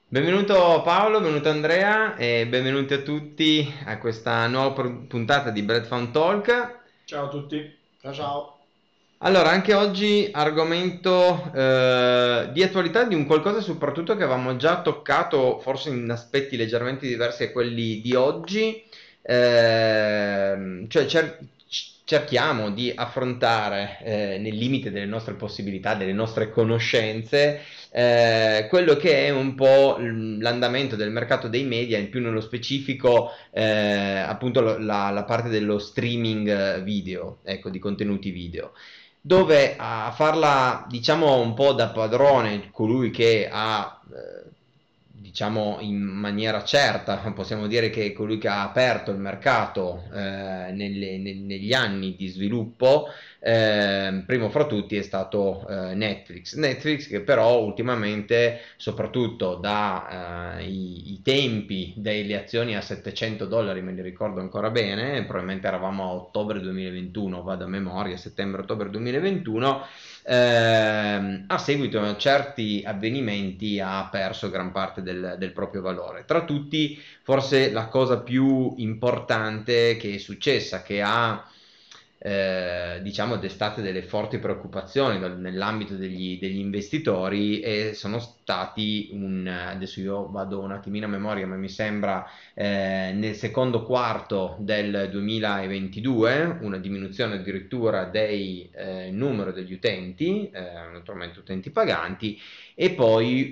Benvenuto Paolo, benvenuto Andrea e benvenuti a tutti a questa nuova puntata di Breadfound Talk. Ciao a tutti, ciao ciao. Allora, anche oggi argomento di attualità di un qualcosa soprattutto che avevamo già toccato, forse in aspetti leggermente diversi a quelli di oggi, cioè cerchiamo di affrontare nel limite delle nostre possibilità, delle nostre conoscenze, quello che è un po' l'andamento del mercato dei media, in più nello specifico appunto la parte dello streaming video, ecco, di contenuti video, dove a farla diciamo un po' da padrone, colui che ha diciamo in maniera certa, possiamo dire che colui che ha aperto il mercato negli anni di sviluppo, primo fra tutti è stato Netflix che però ultimamente, soprattutto da i tempi delle azioni a $700, me li ricordo ancora bene, probabilmente eravamo a ottobre 2021, vado a memoria, settembre-ottobre 2021, a seguito a certi avvenimenti ha perso gran parte del proprio valore. Tra tutti, forse la cosa più importante che è successa, che ha diciamo destate delle forti preoccupazioni nell'ambito degli investitori, e sono stati adesso io vado un attimino a memoria, ma mi sembra nel secondo quarto del 2022 una diminuzione addirittura del numero degli utenti, naturalmente utenti paganti, e poi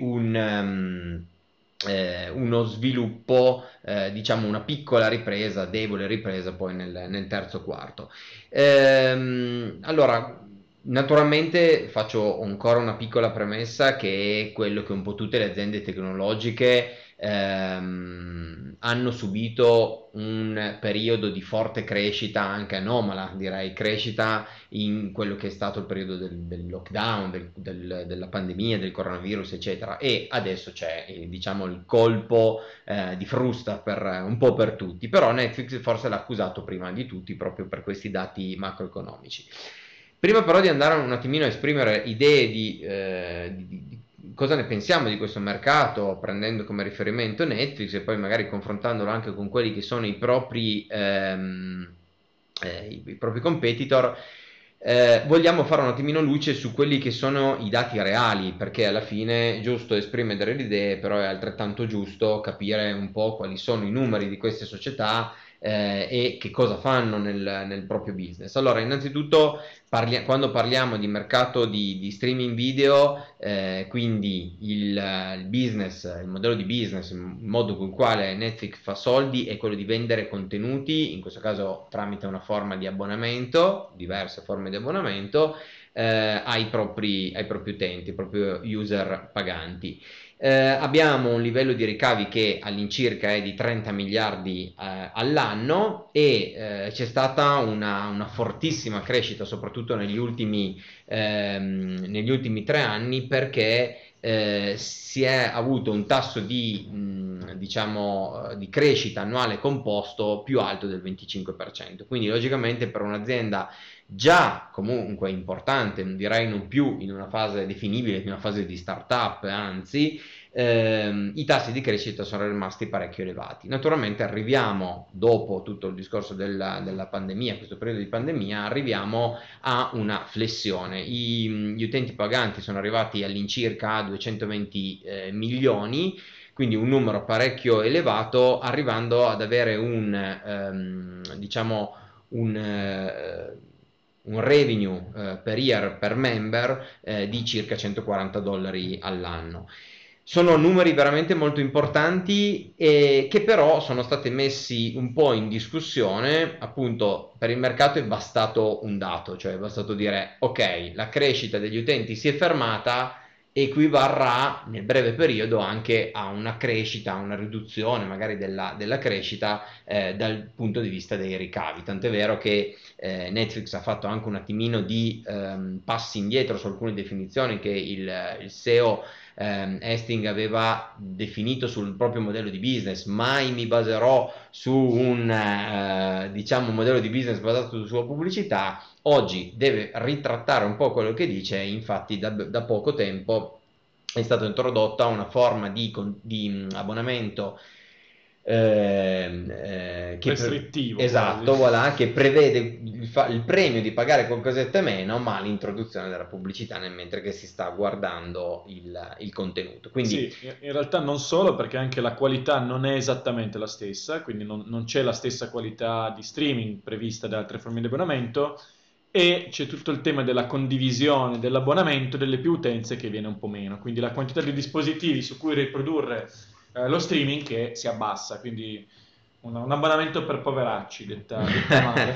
uno sviluppo, diciamo una piccola ripresa, debole ripresa poi nel terzo quarto. Allora, naturalmente faccio ancora una piccola premessa, che è quello che un po' tutte le aziende tecnologiche hanno subito un periodo di forte crescita, anche anomala direi, crescita in quello che è stato il periodo del lockdown, della pandemia, del coronavirus eccetera, e adesso c'è diciamo il colpo di frusta un po' per tutti, però Netflix forse l'ha accusato prima di tutti proprio per questi dati macroeconomici. Prima però di andare un attimino a esprimere idee di cosa ne pensiamo di questo mercato, prendendo come riferimento Netflix e poi magari confrontandolo anche con quelli che sono i propri competitor, vogliamo fare un attimino luce su quelli che sono i dati reali, perché alla fine è giusto esprimere delle idee, però è altrettanto giusto capire un po' quali sono i numeri di queste società e che cosa fanno nel proprio business. Allora, innanzitutto, quando parliamo di mercato di streaming video, quindi il business, il modello di business, il modo con il quale Netflix fa soldi è quello di vendere contenuti, in questo caso tramite una forma di abbonamento, diverse forme di abbonamento, ai propri utenti, ai propri user paganti. Abbiamo un livello di ricavi che all'incirca è di 30 miliardi all'anno, e c'è stata una fortissima crescita soprattutto negli ultimi 3 anni, perché si è avuto un tasso di crescita annuale composto più alto del 25%. Quindi logicamente per un'azienda già comunque importante, direi non più in una fase definibile, in una fase di startup, anzi, i tassi di crescita sono rimasti parecchio elevati. Naturalmente arriviamo, dopo tutto il discorso della pandemia, questo periodo di pandemia, arriviamo a una flessione. Gli utenti paganti sono arrivati all'incirca a 220 milioni, quindi un numero parecchio elevato, arrivando ad avere diciamo un revenue per year per member di circa $140 all'anno. Sono numeri veramente molto importanti, e che però sono stati messi un po' in discussione. Appunto, per il mercato è bastato un dato, cioè è bastato dire ok, la crescita degli utenti si è fermata, equivarrà nel breve periodo anche a una crescita, a una riduzione magari della crescita dal punto di vista dei ricavi. Tant'è vero che Netflix ha fatto anche un attimino di passi indietro su alcune definizioni che il CEO Hastings aveva definito sul proprio modello di business. Mai mi baserò su diciamo un modello di business basato sulla pubblicità. Oggi deve ritrattare un po' quello che dice, infatti da poco tempo è stata introdotta una forma di abbonamento restrittivo, esatto, quasi. voilà, che prevede il premio di pagare qualcosetta meno, ma l'introduzione della pubblicità mentre che si sta guardando il contenuto. Quindi Sì, in realtà non solo, perché anche la qualità non è esattamente la stessa, quindi non c'è la stessa qualità di streaming prevista da altre forme di abbonamento, e c'è tutto il tema della condivisione dell'abbonamento delle più utenze che viene un po' meno, quindi la quantità di dispositivi su cui riprodurre lo streaming che si abbassa, quindi un abbonamento per poveracci, detta male.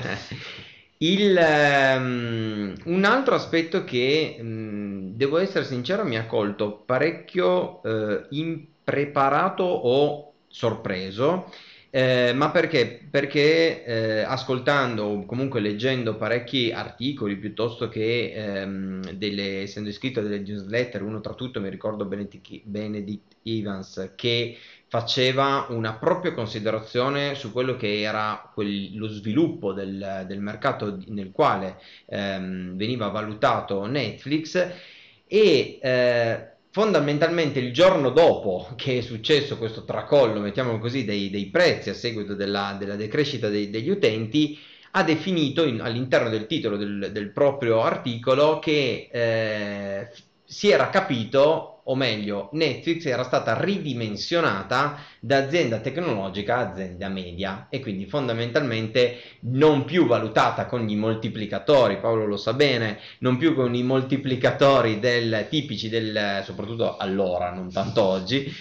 Un altro aspetto che devo essere sincero mi ha colto parecchio impreparato o sorpreso. Ma perché? Perché ascoltando o comunque leggendo parecchi articoli piuttosto che essendo iscritto a delle newsletter, uno tra tutto mi ricordo Benedict Evans che faceva una propria considerazione su quello che era lo sviluppo del mercato nel quale veniva valutato Netflix e fondamentalmente il giorno dopo che è successo questo tracollo, mettiamolo così, dei prezzi a seguito della decrescita degli utenti, ha definito all'interno del titolo del proprio articolo che si era capito, o meglio, Netflix era stata ridimensionata da azienda tecnologica a azienda media e quindi fondamentalmente non più valutata con i moltiplicatori, Paolo lo sa bene, non più con i moltiplicatori tipici soprattutto allora, non tanto oggi,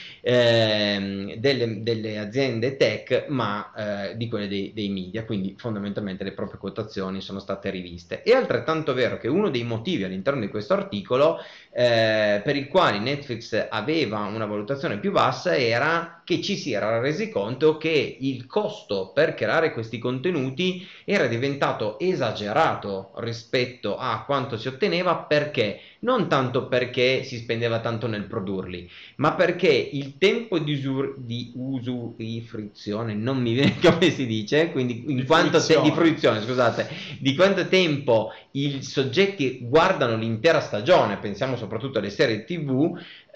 delle aziende tech, ma di quelle dei media, quindi fondamentalmente le proprie quotazioni sono state riviste. È altrettanto vero che uno dei motivi all'interno di questo articolo per il quale Netflix aveva una valutazione più bassa era che ci si era resi conto che il costo per creare questi contenuti era diventato esagerato rispetto a quanto si otteneva, perché non tanto perché si spendeva tanto nel produrli, ma perché il tempo di usufruizione, non mi viene come si dice, quindi di fruizione, scusate, di quanto tempo i soggetti guardano l'intera stagione, pensiamo soprattutto alle serie TV,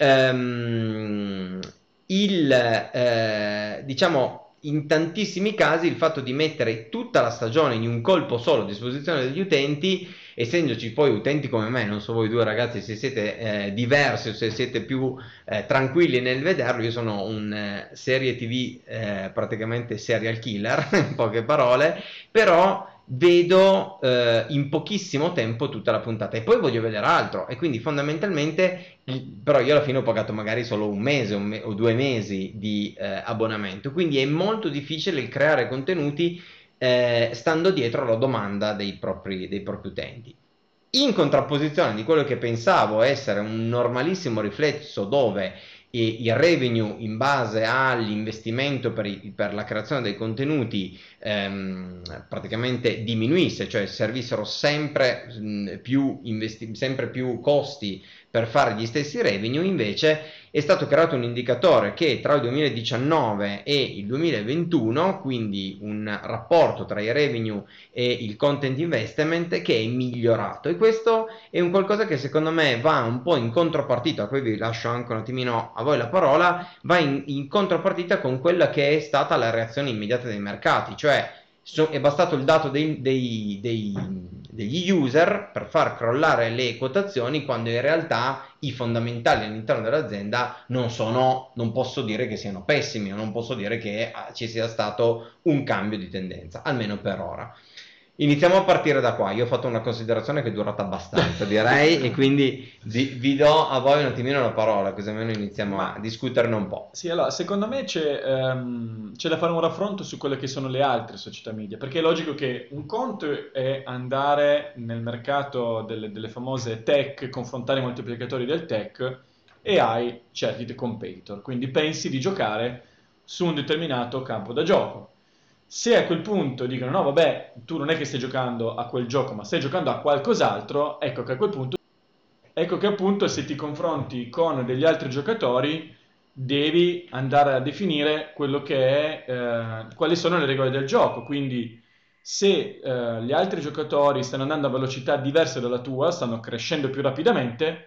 diciamo in tantissimi casi il fatto di mettere tutta la stagione in un colpo solo a disposizione degli utenti, essendoci poi utenti come me, non so voi due ragazzi se siete diversi o se siete più tranquilli nel vederlo, io sono un serie TV praticamente serial killer in poche parole, però vedo in pochissimo tempo tutta la puntata e poi voglio vedere altro, e quindi fondamentalmente però io alla fine ho pagato magari solo un mese o 2 mesi di abbonamento, quindi è molto difficile il creare contenuti stando dietro alla domanda dei propri utenti, in contrapposizione di quello che pensavo essere un normalissimo riflesso dove il revenue in base all'investimento per la creazione dei contenuti praticamente diminuisse, cioè servissero sempre più costi per fare gli stessi revenue. Invece è stato creato un indicatore che tra il 2019 e il 2021, quindi un rapporto tra i revenue e il content investment, che è migliorato, e questo è un qualcosa che secondo me va un po' in contropartita, poi vi lascio anche un attimino a voi la parola, va in contropartita con quella che è stata la reazione immediata dei mercati, cioè è bastato il dato degli user per far crollare le quotazioni, quando in realtà i fondamentali all'interno dell'azienda non posso dire che siano pessimi, o non posso dire che ci sia stato un cambio di tendenza, almeno per ora. Iniziamo a partire da qua. Io ho fatto una considerazione che è durata abbastanza, direi, e quindi vi do a voi un attimino la parola, così almeno iniziamo a discuterne un po'. Sì, allora, secondo me c'è da fare un raffronto su quelle che sono le altre società media, perché è logico che un conto è andare nel mercato delle famose tech, confrontare i moltiplicatori del tech, e hai certi competitor, quindi pensi di giocare su un determinato campo da gioco. Se a quel punto dicono no, vabbè, tu non è che stai giocando a quel gioco, ma stai giocando a qualcos'altro, ecco che appunto se ti confronti con degli altri giocatori devi andare a definire quello che è quali sono le regole del gioco. Quindi se gli altri giocatori stanno andando a velocità diverse dalla tua, stanno crescendo più rapidamente,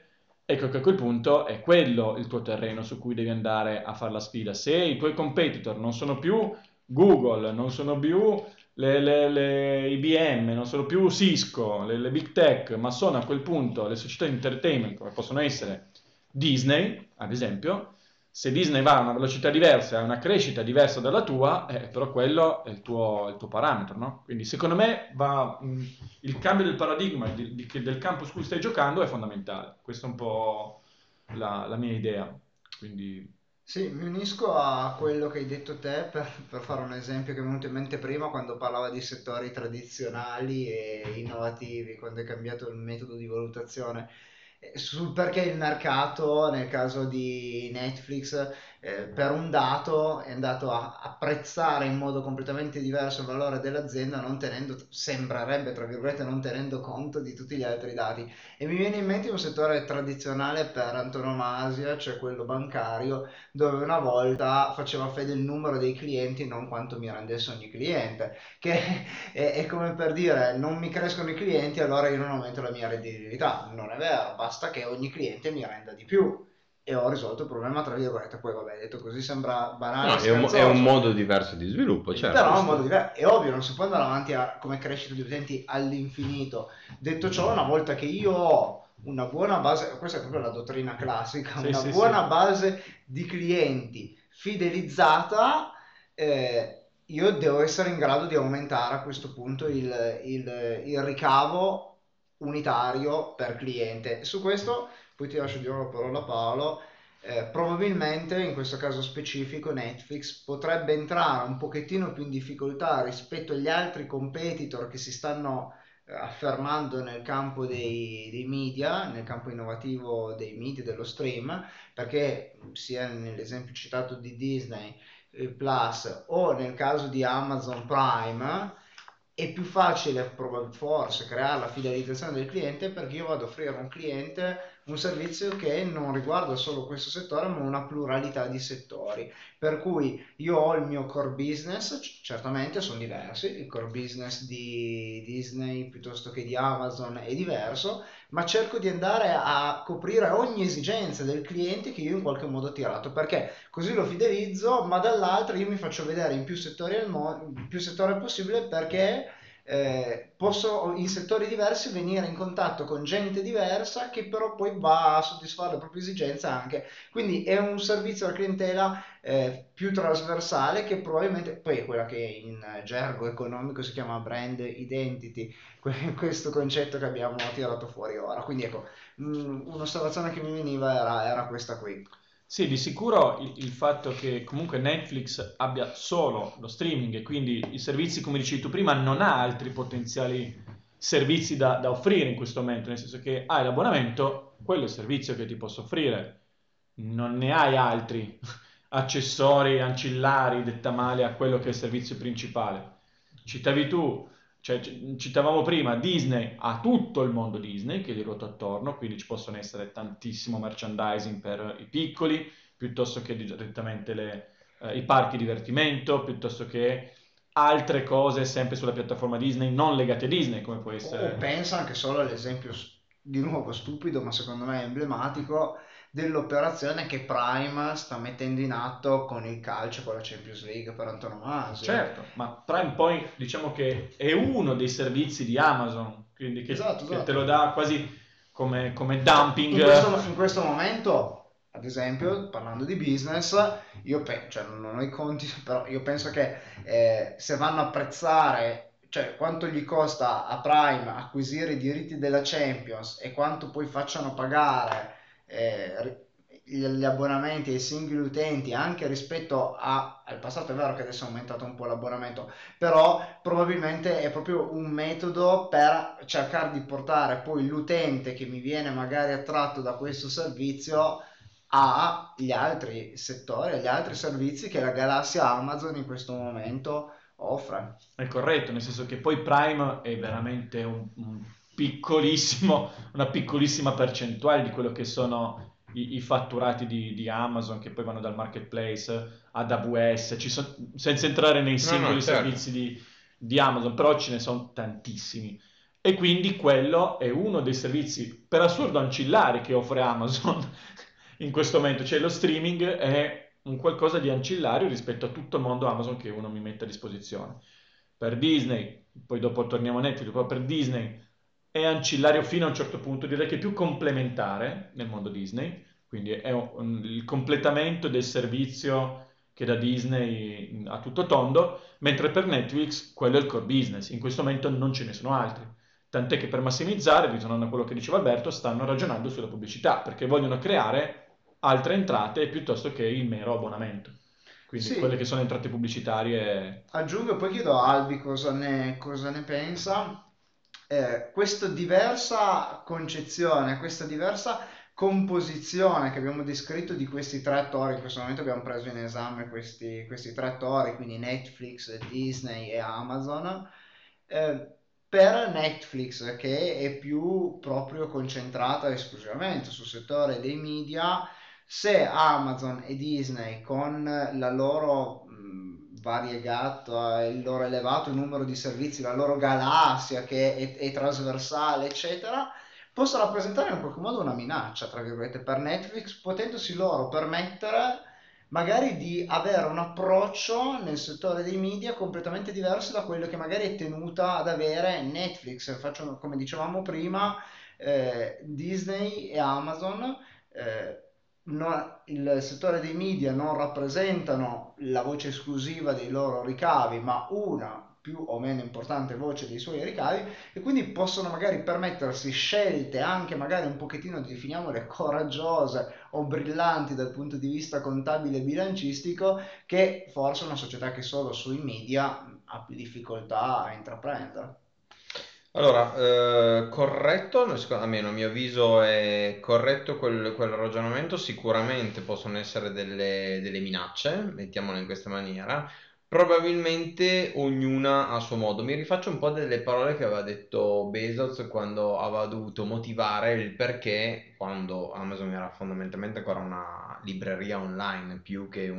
ecco che a quel punto è quello il tuo terreno su cui devi andare a fare la sfida. Se i tuoi competitor non sono più Google, non sono più le IBM, non sono più Cisco, le big tech, ma sono a quel punto le società di entertainment come possono essere Disney, ad esempio, se Disney va a una velocità diversa, ha una crescita diversa dalla tua, però quello è il tuo parametro, no? Quindi secondo me il cambio del paradigma del campo su cui stai giocando è fondamentale. Questa è un po' la mia idea. Quindi Sì, mi unisco a quello che hai detto te per fare un esempio che mi è venuto in mente prima quando parlava di settori tradizionali e innovativi, quando è cambiato il metodo di valutazione. Sul perché il mercato, nel caso di Netflix, per un dato è andato a apprezzare in modo completamente diverso il valore dell'azienda, non tenendo, sembrerebbe, tra virgolette, non tenendo conto di tutti gli altri dati. E mi viene in mente un settore tradizionale per antonomasia, cioè quello bancario, dove una volta faceva fede il numero dei clienti, non quanto mi rendesse ogni cliente, che è come per dire non mi crescono i clienti, allora io non aumento la mia redditività. Non è vero, basta che ogni cliente mi renda di più e ho risolto il problema, tra virgolette. Poi vabbè, detto così sembra banale No, e è un scherzoso, modo diverso di sviluppo, certo. però è un modo diverso. È ovvio, non si può andare avanti come crescita di utenti all'infinito. Detto ciò, una volta che io ho una buona base, questa è proprio la dottrina classica, sì, una sì, buona sì. base di clienti fidelizzata, io devo essere in grado di aumentare a questo punto il ricavo unitario per cliente. Su questo, poi ti lascio dire la parola a Paolo. Probabilmente in questo caso specifico Netflix potrebbe entrare un pochettino più in difficoltà rispetto agli altri competitor che si stanno affermando nel campo dei media, nel campo innovativo dei media, dello stream, perché sia nell'esempio citato di Disney Plus o nel caso di Amazon Prime è più facile forse creare la fidelizzazione del cliente, perché io vado ad offrire a un cliente un servizio che non riguarda solo questo settore ma una pluralità di settori, per cui io ho il mio core business, certamente sono diversi, il core business di Disney piuttosto che di Amazon è diverso, ma cerco di andare a coprire ogni esigenza del cliente che io in qualche modo ho tirato, perché così lo fidelizzo, ma dall'altro io mi faccio vedere in più settori, in più settori possibile, perché posso in settori diversi venire in contatto con gente diversa che però poi va a soddisfare le proprie esigenze anche. Quindi è un servizio alla clientela più trasversale, che probabilmente poi è quella che in gergo economico si chiama brand identity, questo concetto che abbiamo tirato fuori ora. Quindi ecco, un'osservazione che mi veniva era questa qui. Sì, di sicuro il fatto che comunque Netflix abbia solo lo streaming e quindi i servizi, come dicevi tu prima, non ha altri potenziali servizi da offrire in questo momento, nel senso che hai l'abbonamento, quello è il servizio che ti posso offrire, non ne hai altri accessori, ancillari, detta male, a quello che è il servizio principale. Citavi tu, cioè citavamo prima, Disney ha tutto il mondo Disney che gli ruota attorno, quindi ci possono essere tantissimo merchandising per i piccoli, piuttosto che direttamente i parchi divertimento, piuttosto che altre cose sempre sulla piattaforma Disney, non legate a Disney, come può O essere... pensa anche solo all'esempio di nuovo stupido, ma secondo me emblematico, dell'operazione che Prime sta mettendo in atto con il calcio, con la Champions League per antonomasia. Certo, ma Prime poi diciamo che è uno dei servizi di Amazon, quindi Esatto, che te lo esatto. dà quasi come Cioè, dumping. in questo momento, ad esempio, parlando di business, io cioè, non ho i conti, però io penso che se vanno a apprezzare, cioè quanto gli costa a Prime acquisire i diritti della Champions e quanto poi facciano pagare gli abbonamenti ai singoli utenti, anche rispetto al passato. È vero che adesso è aumentato un po' l'abbonamento, però probabilmente è proprio un metodo per cercare di portare poi l'utente che mi viene magari attratto da questo servizio agli altri settori, agli altri servizi che la galassia Amazon in questo momento offre. È corretto, nel senso che poi Prime è veramente un piccolissimo, una piccolissima percentuale di quello che sono i fatturati di Amazon, che poi vanno dal marketplace ad AWS, senza entrare nei No, no, singoli certo. servizi di Amazon, però ce ne sono tantissimi. E quindi quello è uno dei servizi, per assurdo, ancillari che offre Amazon in questo momento. Cioè lo streaming è un qualcosa di ancillario rispetto a tutto il mondo Amazon che uno mi mette a disposizione. Per Disney, poi dopo torniamo a Netflix, però per Disney è ancillario fino a un certo punto, direi che è più complementare nel mondo Disney, quindi è il completamento del servizio che da Disney a tutto tondo, mentre per Netflix quello è il core business. In questo momento non ce ne sono altri. Tant'è che per massimizzare, ritornando a quello che diceva Alberto, stanno ragionando sulla pubblicità, perché vogliono creare altre entrate piuttosto che il mero abbonamento. Quindi quelle Sì, che sono entrate pubblicitarie. aggiungo e poi chiedo a Albi cosa ne pensa. Questa diversa concezione, questa diversa composizione che abbiamo descritto di questi tre attori, in questo momento abbiamo preso in esame questi tre attori, quindi Netflix, Disney e Amazon. Per Netflix, che è più proprio concentrata esclusivamente sul settore dei media, se Amazon e Disney con la loro variegata, il loro elevato numero di servizi, la loro galassia che è trasversale, eccetera, possono rappresentare in qualche modo una minaccia, tra virgolette, per Netflix, potendosi loro permettere magari di avere un approccio nel settore dei media completamente diverso da quello che magari è tenuta ad avere Netflix. Faccio, come dicevamo prima, Disney e Amazon, il settore dei media non rappresentano la voce esclusiva dei loro ricavi, ma una più o meno importante voce dei suoi ricavi, e quindi possono magari permettersi scelte anche magari un pochettino, definiamole, coraggiose o brillanti dal punto di vista contabile e bilancistico, che forse una società che solo sui media ha più difficoltà a intraprendere. Allora, corretto, almeno a mio avviso è corretto quel ragionamento, sicuramente possono essere delle minacce, mettiamolo in questa maniera, probabilmente ognuna a suo modo. Mi rifaccio un po' delle parole che aveva detto Bezos quando aveva dovuto motivare il perché, quando Amazon era fondamentalmente ancora una libreria online più che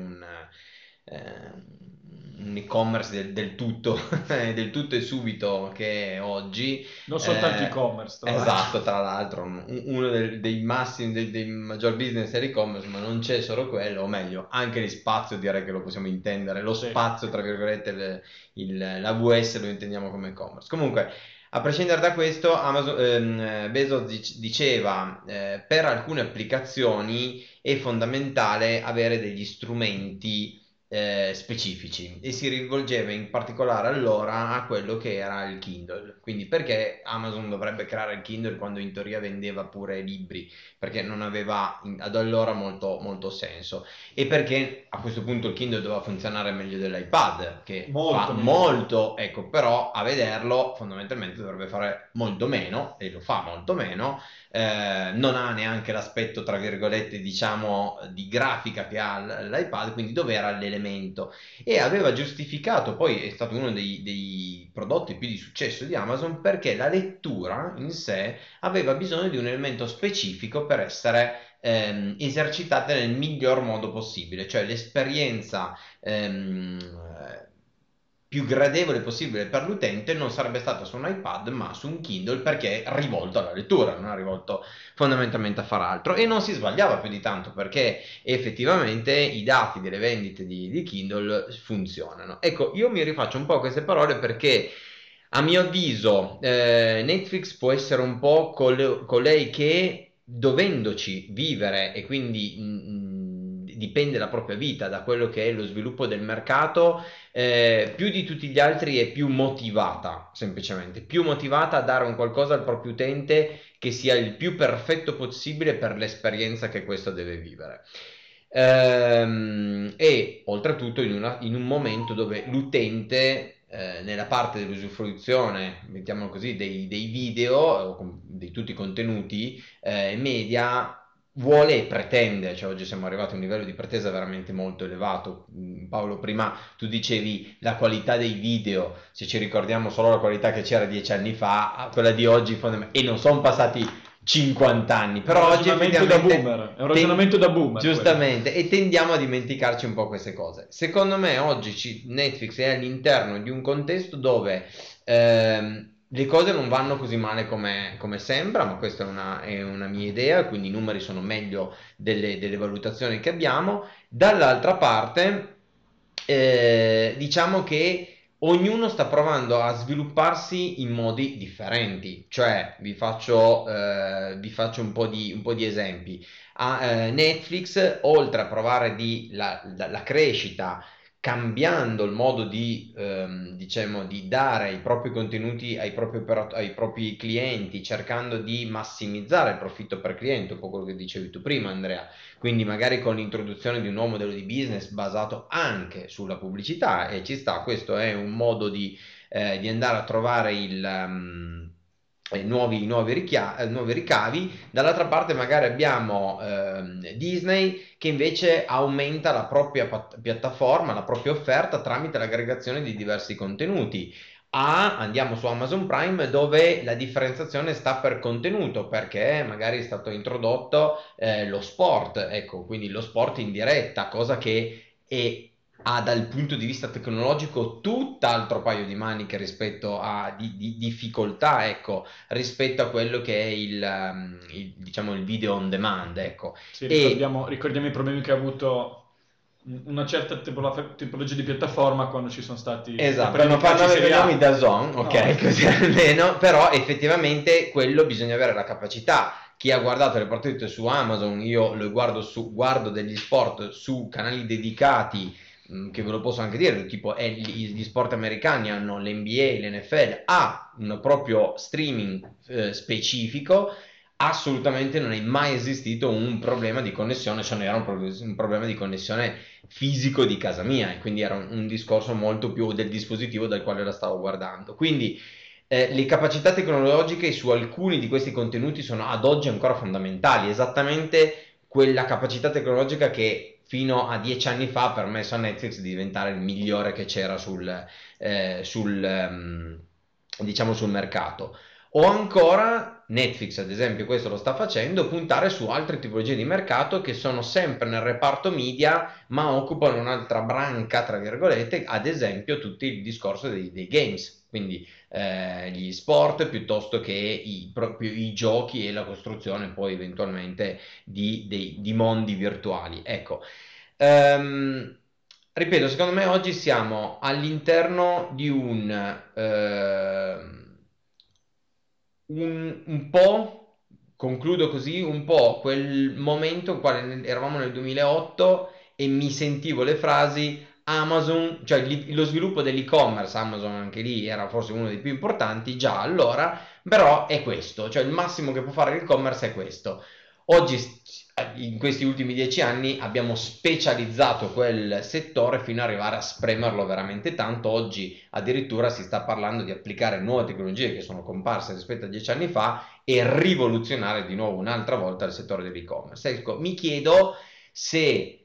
un e-commerce del tutto, del tutto e subito che è oggi. Non soltanto e-commerce, tra l'altro. Esatto, tra l'altro, uno dei massimi, dei maggior business è l'e-commerce, ma non c'è solo quello, o meglio, anche di spazio direi che lo possiamo intendere, lo Sì. spazio, tra virgolette, l'AWS lo intendiamo come e-commerce. Comunque, a prescindere da questo, Bezos diceva, per alcune applicazioni è fondamentale avere degli strumenti specifici, e si rivolgeva in particolare allora a quello che era il Kindle. Quindi perché Amazon dovrebbe creare il Kindle quando in teoria vendeva pure libri? Perché non aveva ad allora molto senso, e perché a questo punto il Kindle doveva funzionare meglio dell'iPad, che Molto fa meglio. molto, ecco, però a vederlo fondamentalmente dovrebbe fare molto meno, e lo fa molto meno. Non ha neanche l'aspetto, tra virgolette, diciamo, di grafica che ha l'iPad, quindi dov'era l'elemento? E aveva giustificato, poi è stato uno dei prodotti più di successo di Amazon, perché la lettura in sé aveva bisogno di un elemento specifico per essere esercitata nel miglior modo possibile, cioè l'esperienza più gradevole possibile per l'utente non sarebbe stata su un iPad ma su un Kindle, perché è rivolto alla lettura, non è rivolto fondamentalmente a far altro, e non si sbagliava più di tanto, perché effettivamente i dati delle vendite di Kindle funzionano. Ecco, io mi rifaccio un po' a queste parole perché a mio avviso Netflix può essere un po' colei che, dovendoci vivere e quindi dipende la propria vita da quello che è lo sviluppo del mercato, più di tutti gli altri è più motivata, semplicemente più motivata a dare un qualcosa al proprio utente che sia il più perfetto possibile per l'esperienza che questo deve vivere. E oltretutto in un momento dove l'utente, nella parte dell'usufruzione, mettiamo così, dei video o di tutti i contenuti media, vuole e pretende, cioè oggi siamo arrivati a un livello di pretesa veramente molto elevato. Paolo, prima tu dicevi la qualità dei video, se ci ricordiamo solo la qualità che c'era 10 anni fa, quella di oggi, e non sono passati 50 anni, però oggi effettivamente è un ragionamento da boomer, giustamente, e tendiamo a dimenticarci un po' queste cose. Secondo me oggi Netflix è all'interno di un contesto dove le cose non vanno così male come sembra, ma questa è una mia idea, quindi i numeri sono meglio delle valutazioni che abbiamo. Dall'altra parte, diciamo che ognuno sta provando a svilupparsi in modi differenti, cioè vi faccio un po' di esempi. Netflix, oltre a provare la crescita cambiando il modo diciamo, di dare i propri contenuti ai propri clienti, cercando di massimizzare il profitto per cliente, un po' quello che dicevi tu prima, Andrea. Quindi magari con l'introduzione di un nuovo modello di business basato anche sulla pubblicità, e ci sta, questo è un modo di andare a trovare nuovi ricavi. Dall'altra parte magari abbiamo Disney che invece aumenta la propria piattaforma, la propria offerta tramite l'aggregazione di diversi contenuti. Andiamo su Amazon Prime dove la differenziazione sta per contenuto, perché magari è stato introdotto lo sport, ecco, quindi lo sport in diretta, cosa che ha dal punto di vista tecnologico tutt'altro paio di maniche rispetto a di difficoltà, ecco, rispetto a quello che è diciamo, il video on demand, ecco. Sì, ricordiamo i problemi che ha avuto una certa tipologia di piattaforma quando ci sono stati Esatto, per non Serie A. vediamo i DAZN, ok, No. così almeno, però effettivamente quello bisogna avere la capacità. Chi ha guardato le partite su Amazon, io lo guardo degli sport su canali dedicati, che ve lo posso anche dire, tipo gli sport americani hanno l'NBA, l'NFL, ha un proprio streaming specifico. Assolutamente non è mai esistito un problema di connessione, cioè non era un problema di connessione fisico di casa mia, e quindi era un discorso molto più del dispositivo dal quale la stavo guardando. Quindi le capacità tecnologiche su alcuni di questi contenuti sono ad oggi ancora fondamentali, esattamente quella capacità tecnologica che fino a 10 anni fa ha permesso a Netflix di diventare il migliore che c'era diciamo sul mercato. O ancora Netflix, ad esempio, questo lo sta facendo, puntare su altre tipologie di mercato che sono sempre nel reparto media, ma occupano un'altra branca, tra virgolette, ad esempio tutto il discorso dei games, quindi gli sport piuttosto che proprio i giochi e la costruzione poi eventualmente di mondi virtuali. Ecco, ripeto, secondo me oggi siamo all'interno di un po', concludo così, un po' quel momento in quale eravamo nel 2008 e mi sentivo le frasi Amazon, cioè lo sviluppo dell'e-commerce, Amazon anche lì era forse uno dei più importanti già allora, però è questo, cioè il massimo che può fare l'e-commerce è questo. Oggi, in questi ultimi 10 anni, abbiamo specializzato quel settore fino ad arrivare a spremerlo veramente tanto. Oggi addirittura si sta parlando di applicare nuove tecnologie che sono comparse rispetto a 10 anni fa e rivoluzionare di nuovo un'altra volta il settore dell'e-commerce. Ecco, mi chiedo se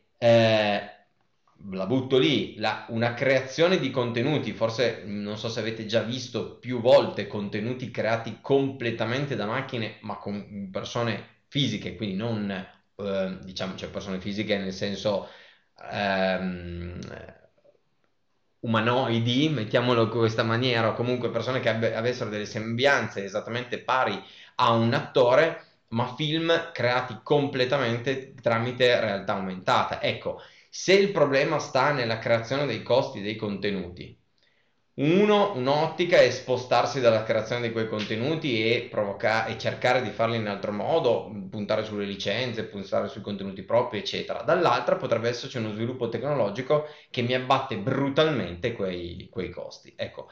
la butto lì, una creazione di contenuti, forse non so se avete già visto più volte contenuti creati completamente da macchine, ma con persone fisiche, quindi non diciamo, cioè persone fisiche nel senso ehm, umanoidi, mettiamolo in questa maniera, o comunque persone che avessero delle sembianze esattamente pari a un attore, ma film creati completamente tramite realtà aumentata. Ecco, se il problema sta nella creazione dei costi dei contenuti, un'ottica è spostarsi dalla creazione di quei contenuti e cercare di farli in altro modo, puntare sulle licenze, puntare sui contenuti propri, eccetera. Dall'altra potrebbe esserci uno sviluppo tecnologico che mi abbatte brutalmente quei costi. Ecco,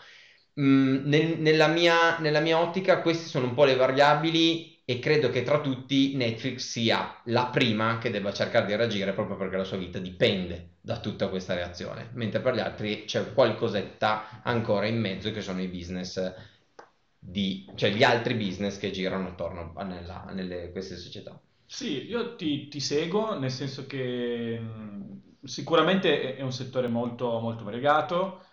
nella mia ottica queste sono un po' le variabili e credo che tra tutti Netflix sia la prima che debba cercare di reagire proprio perché la sua vita dipende da tutta questa reazione, mentre per gli altri c'è qualcosetta ancora in mezzo che sono i business cioè gli altri business che girano attorno nelle queste società. Sì, io ti seguo, nel senso che sicuramente è un settore molto, molto variegato.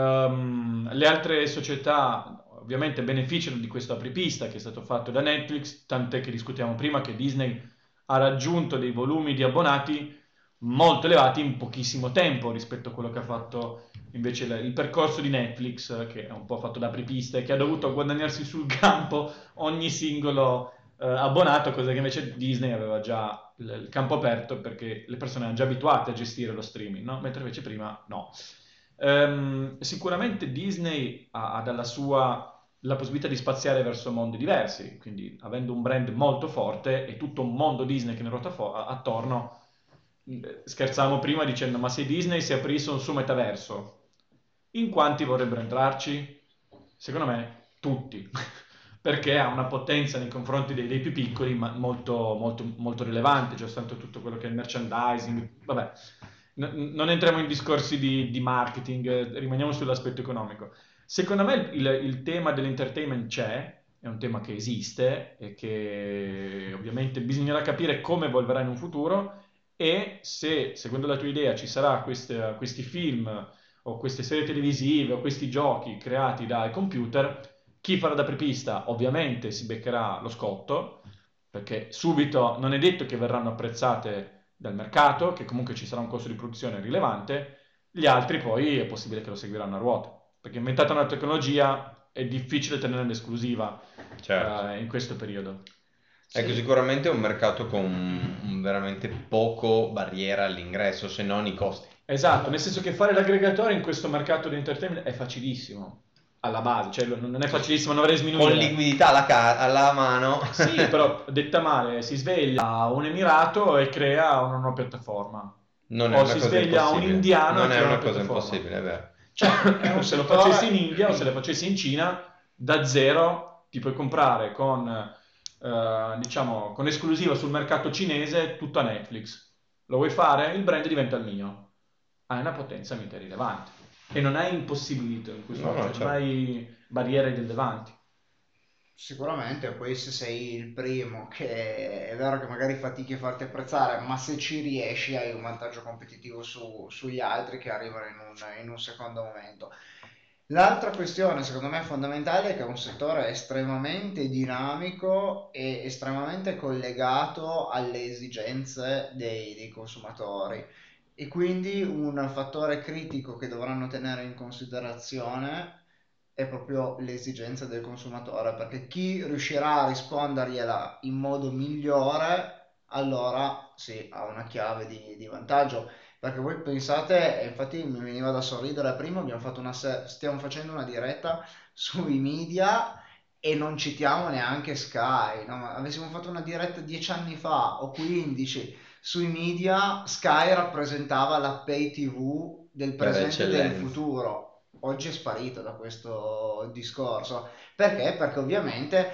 Le altre società ovviamente beneficiano di questo apripista che è stato fatto da Netflix, tant'è che discutiamo prima che Disney ha raggiunto dei volumi di abbonati molto elevati in pochissimo tempo rispetto a quello che ha fatto invece il percorso di Netflix, che è un po' fatto da apripista e che ha dovuto guadagnarsi sul campo ogni singolo abbonato, cosa che invece Disney aveva già il campo aperto perché le persone erano già abituate a gestire lo streaming, no? Mentre invece prima no. Sicuramente Disney ha dalla sua la possibilità di spaziare verso mondi diversi, quindi avendo un brand molto forte e tutto un mondo Disney che ne ruota attorno. Scherzavamo prima dicendo: ma se Disney si aprisse un suo metaverso, in quanti vorrebbero entrarci? Secondo me tutti, perché ha una potenza nei confronti dei più piccoli ma molto, molto, molto rilevante. C'è stato tutto quello che è il merchandising, vabbè. Non entriamo in discorsi di marketing, rimaniamo sull'aspetto economico. Secondo me il tema dell'entertainment c'è, è un tema che esiste e che ovviamente bisognerà capire come evolverà in un futuro, e se, seguendo la tua idea, ci sarà questi film o queste serie televisive o questi giochi creati dai computer, chi farà da apripista ovviamente si beccherà lo scotto, perché subito non è detto che verranno apprezzate dal mercato, che comunque ci sarà un costo di produzione rilevante. Gli altri poi è possibile che lo seguiranno a ruota, perché inventata una tecnologia è difficile tenerla in esclusiva Certo. in questo periodo. Ecco, Sì. sicuramente è un mercato con veramente poco barriera all'ingresso, se non i costi. Esatto, nel senso che fare l'aggregatore in questo mercato di entertainment è facilissimo, alla base, cioè non è facilissimo, non avrei Con sminuire. liquidità alla mano. Sì, però detta male, si sveglia un emirato e crea una nuova piattaforma. Non è O una si cosa sveglia un impossibile. indiano e Non è crea una una cosa piattaforma. impossibile, è vero. Cioè, è un Se lo settore- facessi in India o se lo facessi in Cina, da zero ti puoi comprare diciamo, con esclusiva sul mercato cinese tutto a Netflix. Lo vuoi fare? Il brand diventa il mio. Hai una potenza mica rilevante. E non hai impossibilità in questo No, momento, no, cioè non certo. hai barriere del davanti. Sicuramente, poi se sei il primo, che è vero che magari fatichi a farti apprezzare, ma se ci riesci hai un vantaggio competitivo sugli altri che arrivano in un secondo momento. L'altra questione, secondo me, fondamentale è che è un settore estremamente dinamico e estremamente collegato alle esigenze dei consumatori. E quindi un fattore critico che dovranno tenere in considerazione è proprio l'esigenza del consumatore, perché chi riuscirà a rispondergliela in modo migliore, allora sì, ha una chiave di vantaggio. Perché voi pensate, e infatti mi veniva da sorridere prima, stiamo facendo una diretta sui media e non citiamo neanche Sky, no? Ma avessimo fatto una diretta 10 anni fa o 15 sui media, Sky rappresentava la pay TV del Per presente e del eccellenza. futuro. Oggi è sparito da questo discorso. Perché? Perché ovviamente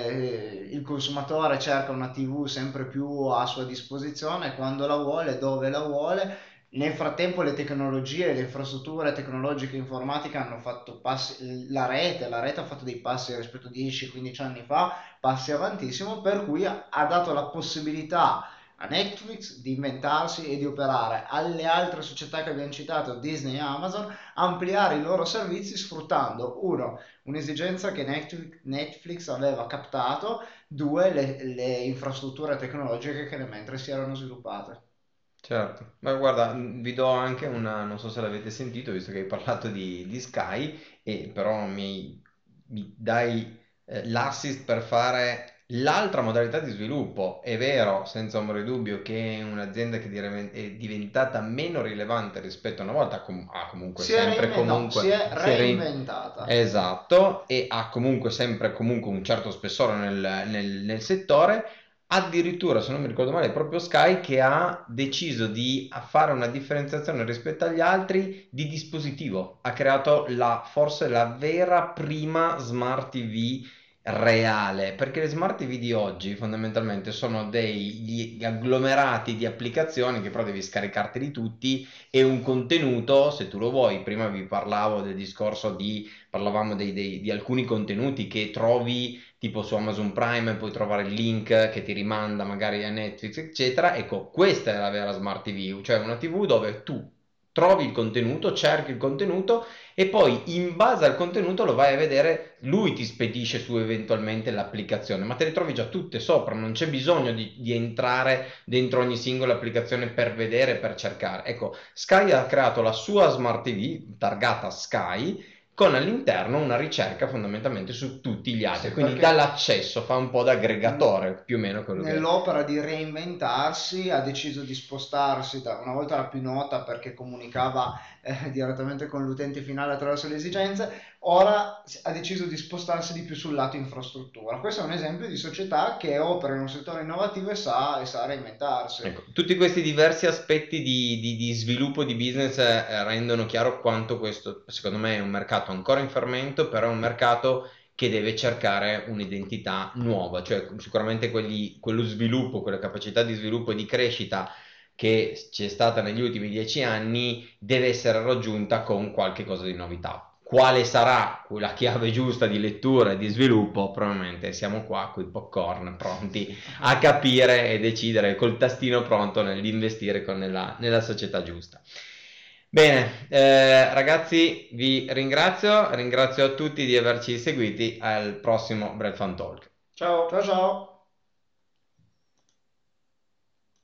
il consumatore cerca una TV sempre più a sua disposizione, quando la vuole, dove la vuole. Nel frattempo le tecnologie, le infrastrutture tecnologiche e informatiche hanno fatto passi, la rete ha fatto dei passi rispetto a 10-15 anni fa, passi avantissimo, per cui ha dato la possibilità a Netflix di inventarsi e di operare, alle altre società che abbiamo citato, Disney e Amazon, ampliare i loro servizi sfruttando, uno, un'esigenza che Netflix aveva captato, due, le infrastrutture tecnologiche che nel mentre si erano sviluppate. Certo, ma guarda, vi do anche una, non so se l'avete sentito, visto che hai parlato di Sky, e però mi dai l'assist per fare l'altra modalità di sviluppo. È vero, senza ombra di dubbio, che è un'azienda che è diventata meno rilevante rispetto a una volta, ha comunque sempre No, comunque si è si è reinventata. esatto, e ha comunque sempre comunque un certo spessore nel settore. Addirittura, se non mi ricordo male, è proprio Sky che ha deciso di fare una differenziazione rispetto agli altri di dispositivo. Ha creato forse la vera prima Smart TV reale, perché le Smart TV di oggi fondamentalmente sono degli agglomerati di applicazioni che però devi scaricarteli tutti, e un contenuto, se tu lo vuoi. Prima vi parlavo del discorso parlavamo di alcuni contenuti che trovi tipo su Amazon Prime, puoi trovare il link che ti rimanda magari a Netflix, eccetera. Ecco, questa è la vera Smart TV, cioè una TV dove tu trovi il contenuto, cerchi il contenuto e poi in base al contenuto lo vai a vedere, lui ti spedisce su eventualmente l'applicazione, ma te le trovi già tutte sopra, non c'è bisogno di entrare dentro ogni singola applicazione per vedere, per cercare. Ecco, Sky ha creato la sua Smart TV targata Sky con all'interno una ricerca fondamentalmente su tutti gli altri, Sì, quindi perché dà l'accesso, fa un po' da aggregatore più o meno quello che è. nell'opera di reinventarsi ha deciso di spostarsi una volta era più nota perché comunicava direttamente con l'utente finale attraverso le esigenze, ora ha deciso di spostarsi di più sul lato infrastruttura. Questo è un esempio di società che opera in un settore innovativo e sa reinventarsi. Ecco, tutti questi diversi aspetti di sviluppo di business rendono chiaro quanto questo, secondo me, è un mercato ancora in fermento, però è un mercato che deve cercare un'identità nuova, cioè sicuramente quello sviluppo, quella capacità di sviluppo e di crescita che c'è stata negli ultimi 10 anni deve essere raggiunta con qualche cosa di novità. Quale sarà la chiave giusta di lettura e di sviluppo? Probabilmente siamo qua con i popcorn pronti a capire e decidere col tastino pronto nell'investire nella società giusta. Bene, ragazzi, vi ringrazio a tutti di averci seguiti al prossimo Bread Fun Talk. Ciao! Ciao ciao!